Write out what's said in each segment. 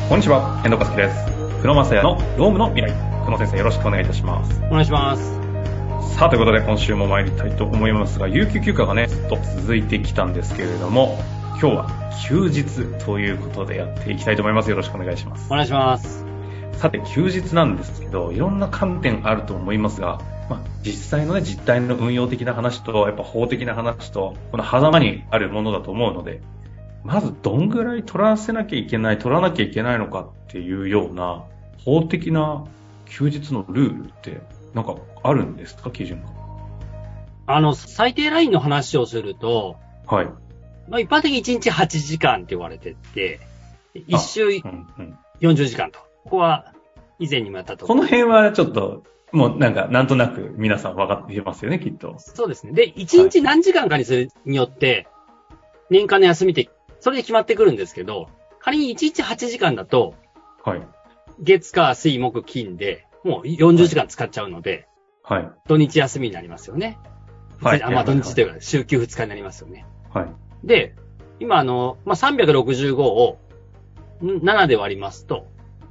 こんにちは、遠藤和樹です。久野正也のロームの未来。久野先生、よろしくお願いいたします。 お願いします。 さあ、ということで今週も参りたいと思いますが、有給休暇がね、ずっと続いてきたんですけれども、今日は休日ということでやっていきたいと思います。よろしくお願いします。 お願いします。 さて、休日なんですけど、いろんな観点あると思いますが、実際のね、実態の運用的な話と、やっぱ法的な話と、この狭間にあるものだと思うので、まずどんぐらい取らなきゃいけないのかっていうような法的な休日のルールってなんかあるんですか、基準が。 最低ラインの話をすると、 はい。 一般的に1日8時間って言われてて、1週40時間と。ここは以前にもやったと。 この辺はちょっと、もうなんとなく皆さん分かっていますよね、きっと。 そうですね。で、1日何時間かにするによって、年間の休みって、それで決まってくるんですけど、仮に1日8時間だと、 はい。 月火水木金で、もう40時間使っちゃうので、 はい。 土日休みになりますよね。 はい。 土日というか、週休2日になりますよね。 はい。 で、今365を7で割りますと、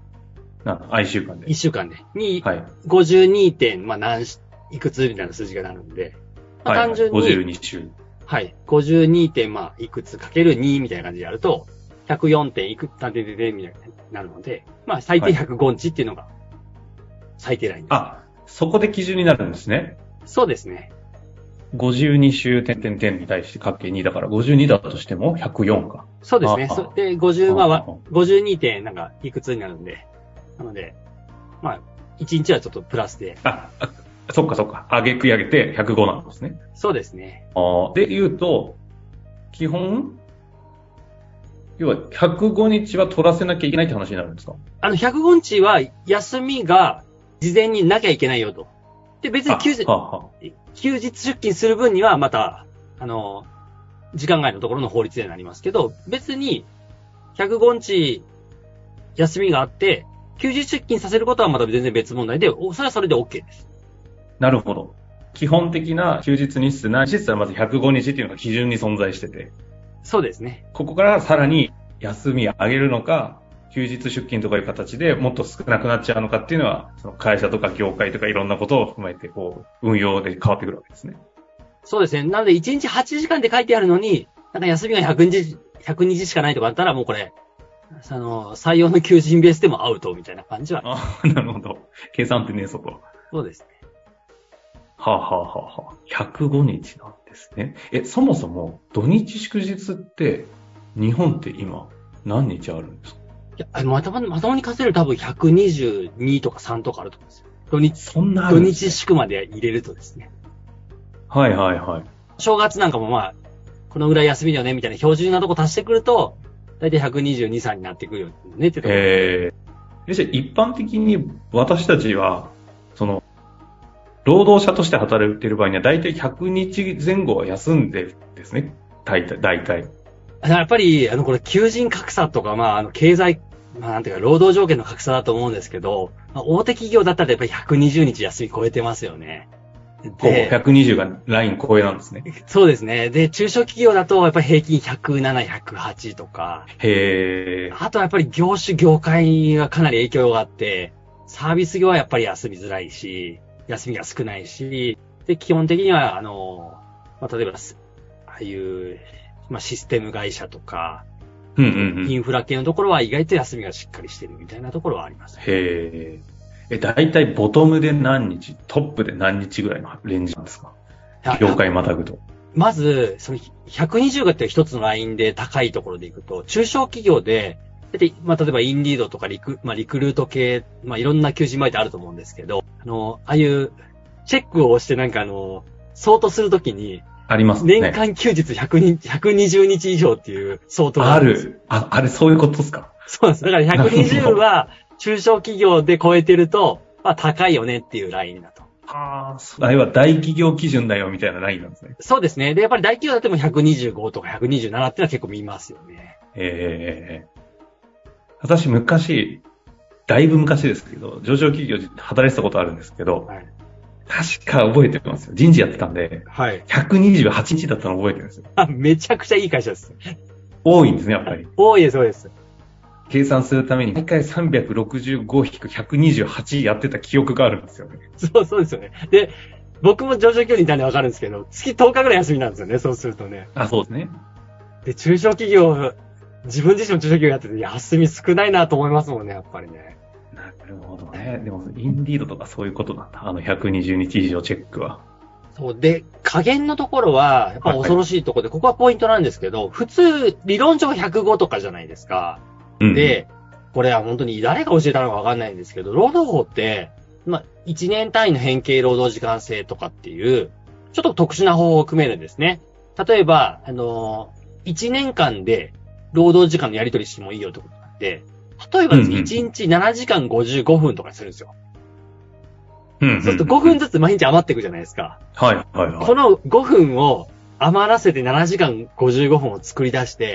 1週間で。 1週間で。 はい。 52. 点、いくつみたいな数字がなるんで、単純に、 52週。 はい。52. 点、いくつかける2みたいな感じでやると、104. 点いくつ、みたいになるので、最低105日っていうのが最低ラインです。 そこで基準になるんですね。 そうですね。 52週点に対してかけ2だから52だとしても104か。 そうですね。で、52. 点いくつになるんで、なので、1日はちょっとプラスで。 そっか。上げて105なんですね。 そうですね。 で言うと、基本、要は105日は取らせなきゃいけないって話になるんですか ？105日は休みが事前になきゃいけないよと。で、別に休日出勤する分にはまた、時間外のところの法律でなりますけど、別に105日休みがあって、休日出勤させることはまた全然別問題で、それはそれで OK です。 なるほど。基本的な休日日数、何日数はまず105日っていうのが基準に存在してて。 そうですね。 ここからさらに休みを上げるのか、休日出勤とかいう形でもっと少なくなっちゃうのかっていうのは、その会社とか業界とかいろんなことを踏まえて、運用で変わってくるわけですね。 そうですね。なので、1日8時間で書いてあるのに、休みが100日しかないとかあったら、もうこれ、採用の求人ベースでもアウトみたいな感じは。 なるほど。計算ってねえぞと。 そうですね。 105日なんですね。そもそも土日祝日って日本って今何日あるんですか？ まともに数えると多分122とか3とかあると思うんですよ。土日祝まで入れるとですね。 はい。 正月なんかもこのぐらい休みだよねみたいな標準なとこ足してくると、だいたい122、3になってくるよねってところ。 じゃあ一般的に私たちは、労働者として働いている場合には、だいたい100日前後は休んでるんですね。だいたい。 やっぱり、これ、求人格差とか、経済、労働条件の格差だと思うんですけど、大手企業だったらやっぱり120日休み超えてますよね。 で、120がライン超えなんですね。 そうですね。で、中小企業だと、やっぱり平均107、108とか。あとはやっぱり業界がかなり影響があって、サービス業はやっぱり休みづらいし、休みが少ないし、で、基本的には、例えば、ああいう、システム会社とか、インフラ系のところは意外と休みがしっかりしてるみたいなところはあります。 だいたいボトムで何日、トップで何日ぐらいのレンジなんですか？業界またぐと。まず、120がって一つのラインで高いところでいくと、中小企業で、例えばインディードとかリクルート系、いろんな求人媒体あると思うんですけど、ああいうチェックをして相当するときに、 ありますね。 年間休日120日以上っていう相当があるんですよ。 あれそういうことですか？ そうです。だから120は中小企業で超えてると、高いよねっていうラインだと。 あれは大企業基準だよみたいなラインなんですね。 そうですね。で、やっぱり大企業だっても125とか127っていうのは結構見ますよね。 私だいぶ昔ですけど、上場企業で働いてたことあるんですけど、はい、確か覚えてますよ。人事やってたんで、 はい、 128日だったの覚えてるんですよ。 めちゃくちゃいい会社です。 多いんですね、やっぱり。 多いです。 計算するために、毎回365-128やってた記憶があるんですよね。 そうですよね。で、僕も上昇企業にいたんでわかるんですけど、月10日ぐらい休みなんですよね、そうするとね。 そうですね。 で、中小企業、自分自身も中小企業やってて、休み少ないなと思いますもんね、やっぱりね。 なるほどね。でも、インディードとかそういうことなんだ。120日以上チェックは。 そう。で、加減のところは、やっぱ恐ろしいところで、ここはポイントなんですけど、普通、理論上105とかじゃないですか。で、これは本当に誰が教えたのかわかんないんですけど、労働法って、1年単位の変形労働時間制とかっていう、ちょっと特殊な方法を組めるんですね。例えば、1年間で労働時間のやり取りしてもいいよってことになって、例えばですね、1日7時間55分とかにするんですよ。そうすると5分ずつ毎日余っていくじゃないですか。 この5分を余らせて7時間55分を作り出して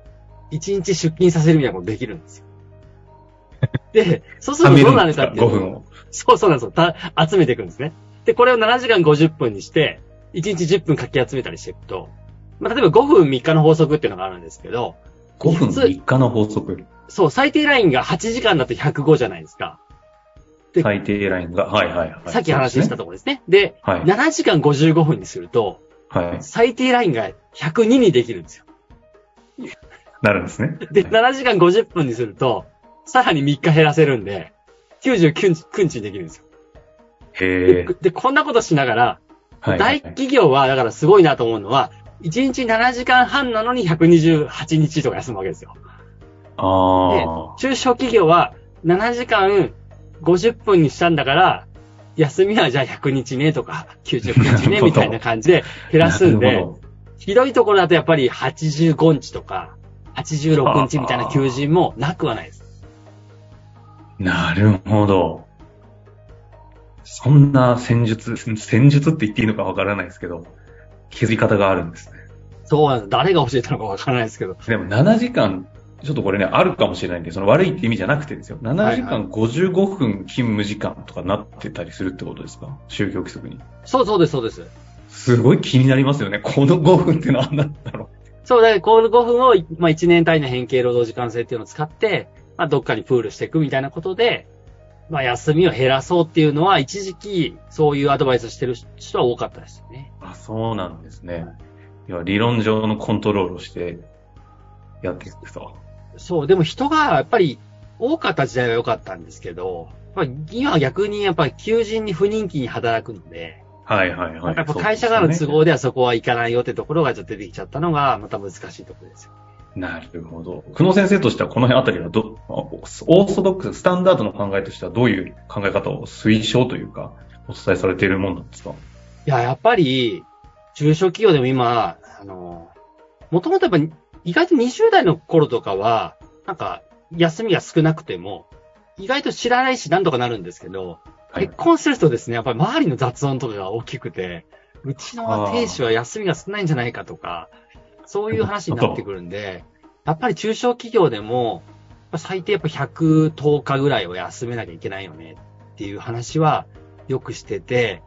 、1日出勤させるみたいなことできるんですよ。で、そうするとどうなるかっていうと、5分を。そうなんですよ。集めていくんですね。で、これを7時間50分にして、1日10分かき集めたりしていくと、例えば5分3日の法則っていうのがあるんですけど、 5分3日の法則。 そう、最低ラインが8時間だと105じゃないですか。 最低ラインが、 さっき話したところですね。で、7時間55分にすると、最低ラインが102にできるんですよ。 なるんですね。 で、7時間50分にすると、さらに3日減らせるんで、99日にできるんですよ。で、こんなことしながら、大企業は、だからすごいなと思うのは、1日7時間半なのに128日とか休むわけですよ。で、中小企業は7時間50分にしたんだから、休みはじゃあ100日ねとか、99日ねみたいな感じで減らすんで、ひどいところだとやっぱり85日とか、86日みたいな求人もなくはないです。 なるほど。そんな戦術って言っていいのかわからないですけど、気づき方があるんですね。 そうなんです。誰が教えたのかわからないですけど。 でも7時間、ちょっとこれね、あるかもしれないんで、その悪いって意味じゃなくてですよ。7時間55分勤務時間とかなってたりするってことですか？就業規則に。 そうです。 すごい気になりますよね。この5分って何なんだろう。 そうだね、この5分を、1年単位の変形労働時間制っていうのを使って、どっかにプールしていくみたいなことで、休みを減らそうっていうのは、一時期、そういうアドバイスしてる人は多かったですよね。 そうなんですね。要は理論上のコントロールをしてやっていくと。そう、 でも人がやっぱり多かった時代は良かったんですけど、今は逆にやっぱり求人に不人気に働くので、やっぱ会社からの都合ではそこは行かないよってところがちょっと出てきちゃったのが、また難しいところですよ。 なるほど。久野先生としてはこの辺あたりはオーソドックス、スタンダードの考えとしてはどういう考え方を推奨というか、お伝えされているもんなんですか？ やっぱり、中小企業でも今、もともとやっぱり意外と20代の頃とかは、休みが少なくても、意外と知らないし何とかなるんですけど、結婚するとですね、やっぱり周りの雑音とかが大きくて、うちの亭主は休みが少ないんじゃないかとか、そういう話になってくるんで、やっぱり中小企業でも、最低やっぱ110日ぐらいは休めなきゃいけないよねっていう話はよくしてて、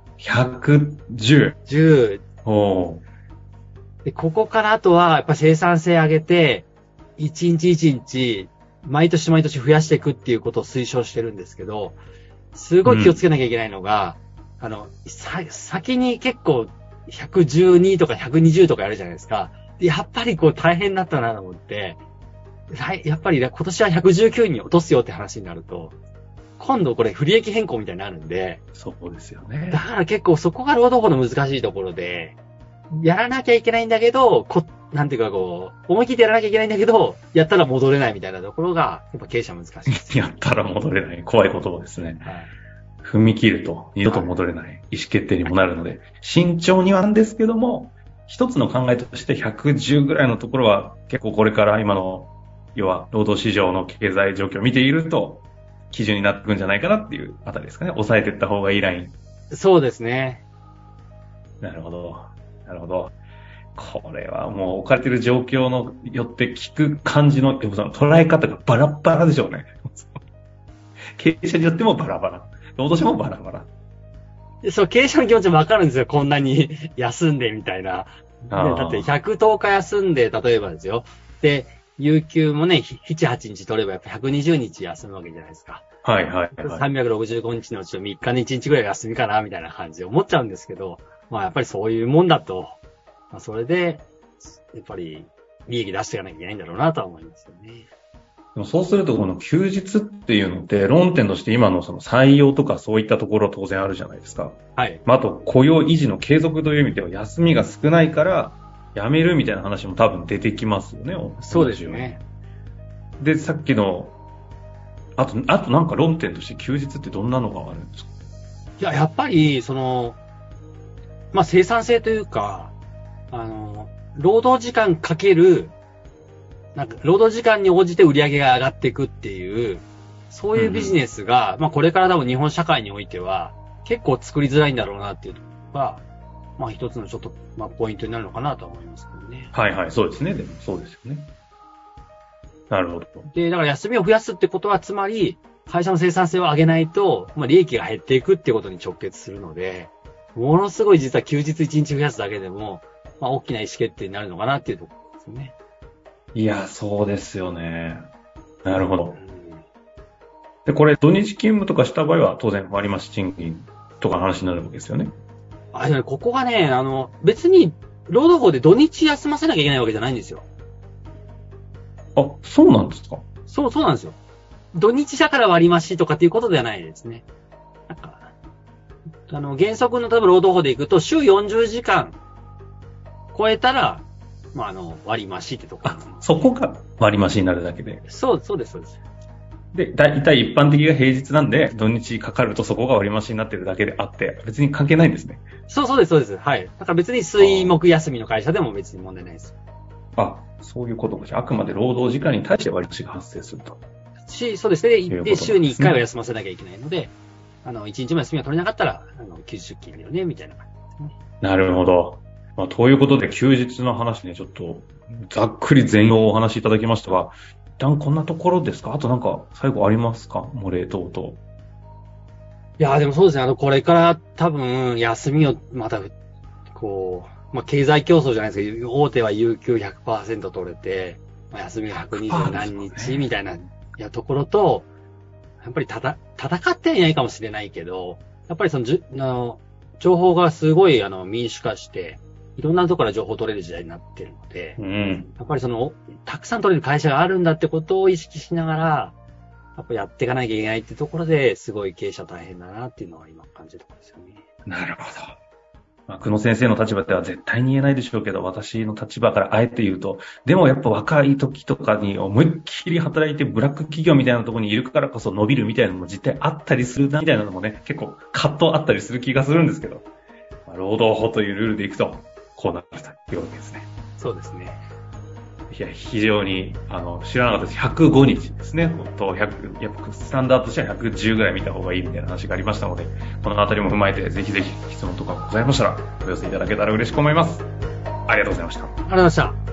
110。 で、ここからあとはやっぱ生産性上げて、一日一日、毎年毎年増やしていくっていうことを推奨してるんですけど、すごい気をつけなきゃいけないのが、先に結構112とか120とかやるじゃないですか。やっぱり大変だったなと思って、やっぱり今年は119に落とすよって話になると、今度これ不利益変更みたいになるんで。 そうですよね。 だから結構そこが労働法の難しいところで、やらなきゃいけないんだけど、なんていうか思い切ってやらなきゃいけないんだけど、やったら戻れないみたいなところが、やっぱ経営者難しいです。 やったら戻れない。怖い言葉ですね。踏み切ると二度と戻れない意思決定にもなるので、慎重にはなんですけども、一つの考えとして110ぐらいのところは結構これから今の、要は労働市場の経済状況を見ていると、基準になってくるんじゃないかなっていうあたりですかね。抑えていった方がいいライン。 そうですね。 なるほど。これはもう置かれている状況のよって聞く感じの捉え方がバラバラでしょうね。経営者によってもバラバラ。労働者もバラバラ。 そう、経営者の気持ちもわかるんですよ。こんなに休んでみたいな。だって110日休んで、例えばですよ。で、 有給もね、7、8日取ればやっぱ120日休むわけじゃないですか。 はいはい、はい。 365日のうちの3日に1日ぐらい休みかな、みたいな感じで思っちゃうんですけど、まあやっぱりそういうもんだと、まあそれで、やっぱり利益出していかなきゃいけないんだろうなとは思いますよね。 でもそうするとこの休日っていうのって論点として今のその採用とかそういったところ当然あるじゃないですか。 はい。 まあ、あと雇用維持の継続という意味では休みが少ないから辞めるみたいな話も多分出てきますよね。 そうですよね。 で、さっきのあとなんか論点として休日ってどんなのがあるんですか？ いや、やっぱりまあ生産性というか、労働時間かけるなんか、労働時間に応じて売り上げが上がっていくっていう、そういうビジネスが、まあこれから多分日本社会においては、結構作りづらいんだろうなっていうのが、まあ一つのちょっと、まあポイントになるのかなとは思いますけどね。 はいはい、そうですね。でもそうですよね。なるほど。 で、だから休みを増やすってことは、つまり、会社の生産性を上げないと、まあ利益が減っていくっていうことに直結するので、ものすごい実は休日1日増やすだけでも、まあ大きな意思決定になるのかなっていうところですよね。 いや、そうですよね。なるほど。で、これ、土日勤務とかした場合は、当然割増賃金とかの話になるわけですよね。 ここがね、別に、労働法で土日休ませなきゃいけないわけじゃないんですよ。 あ、そうなんですか？ そうなんですよ。土日だから割増とかっていうことではないですね。なんか、原則の多分労働法でいくと、週40時間超えたら、まあ、割増ってところ。 そこが割増になるだけで。 そうです。 で、大体一般的が平日なんで、土日かかるとそこが割増になってるだけであって、別に関係ないんですね。 そうです。はい。だから別に水木休みの会社でも別に問題ないです。 あ、そういうことか。あくまで労働時間に対して割増が発生すると。 そうですね。で、週に1回は休ませなきゃいけないので、1日も休みが取れなかったら、休日出勤だよね、みたいな感じですね。 なるほど。まあ、ということで、休日の話ね、ちょっと、ざっくり全容をお話しいただきましたが、一旦こんなところですか？あとなんか、最後ありますか？漏れ等々。 いや、でもそうですね。これから多分、休みを、また、まあ、経済競争じゃないですけど、大手は有給 100% 取れて、まあ、休みが120何日みたいな、ところと、やっぱり戦ってはいないかもしれないけど、やっぱり情報がすごい民主化して、いろんなところから情報を取れる時代になってるので、やっぱりたくさん取れる会社があるんだってことを意識しながら、やっぱやっていかなきゃいけないってところですごい経営者大変だなっていうのは今感じるところですよね。 なるほど。まあ、久野先生の立場では絶対に言えないでしょうけど、私の立場からあえて言うと、でもやっぱ若い時とかに思いっきり働いてブラック企業みたいなところにいるからこそ伸びるみたいなのも実態あったりするなみたいなのもね、結構葛藤あったりする気がするんですけど、まあ、労働法というルールでいくと、こうなるというわけですね。 そうですね。 いや、非常に、知らなかったです。105日ですね。スタンダードとしては110ぐらい見た方がいいみたいな話がありましたので、このあたりも踏まえて、ぜひぜひ質問とかございましたら、お寄せいただけたら嬉しく思います。ありがとうございました。 ありがとうございました。